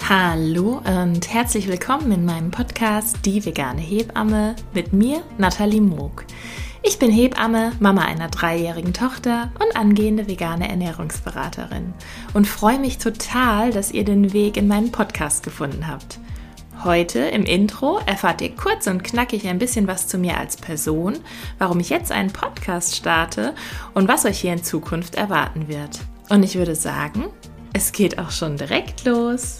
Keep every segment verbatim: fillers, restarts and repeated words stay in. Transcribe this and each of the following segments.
Hallo und herzlich willkommen in meinem Podcast Die vegane Hebamme mit mir, Nathalie Moog. Ich bin Hebamme, Mama einer dreijährigen Tochter und angehende vegane Ernährungsberaterin und freue mich total, dass ihr den Weg in meinen Podcast gefunden habt. Heute im Intro erfahrt ihr kurz und knackig ein bisschen was zu mir als Person, warum ich jetzt einen Podcast starte und was euch hier in Zukunft erwarten wird. Und ich würde sagen, es geht auch schon direkt los.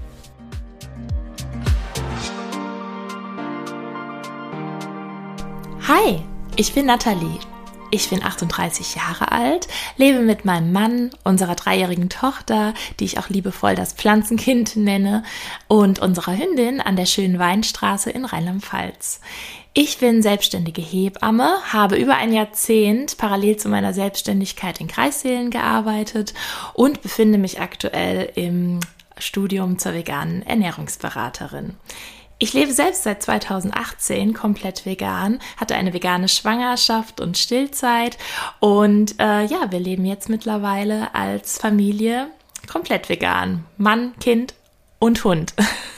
Hi, ich bin Nathalie. Ich bin achtunddreißig Jahre alt, lebe mit meinem Mann, unserer dreijährigen Tochter, die ich auch liebevoll das Pflanzenkind nenne, und unserer Hündin an der schönen Weinstraße in Rheinland-Pfalz. Ich bin selbstständige Hebamme, habe über ein Jahrzehnt parallel zu meiner Selbstständigkeit in Kreissälen gearbeitet und befinde mich aktuell im Studium zur veganen Ernährungsberaterin. Ich lebe selbst seit zweitausendachtzehn komplett vegan, hatte eine vegane Schwangerschaft und Stillzeit und äh, ja, wir leben jetzt mittlerweile als Familie komplett vegan. Mann, Kind und Hund.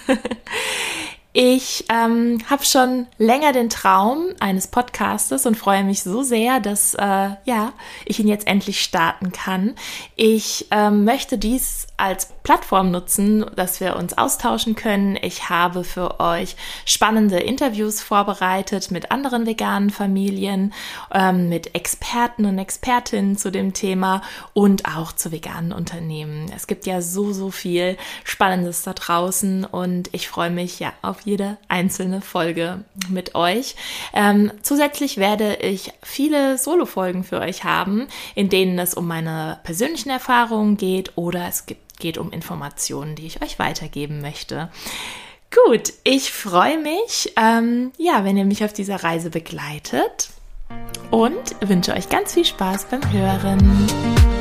Ich ähm, habe schon länger den Traum eines Podcastes und freue mich so sehr, dass äh, ja, ich ihn jetzt endlich starten kann. Ich ähm, möchte dies als Plattform nutzen, dass wir uns austauschen können. Ich habe für euch spannende Interviews vorbereitet mit anderen veganen Familien, ähm, mit Experten und Expertinnen zu dem Thema und auch zu veganen Unternehmen. Es gibt ja so, so viel Spannendes da draußen und ich freue mich ja auf jede einzelne Folge mit euch. Ähm, zusätzlich werde ich viele Solo-Folgen für euch haben, in denen es um meine persönlichen Erfahrungen geht oder es gibt geht um Informationen, die ich euch weitergeben möchte. Gut, ich freue mich, ähm, ja, wenn ihr mich auf dieser Reise begleitet und wünsche euch ganz viel Spaß beim Hören.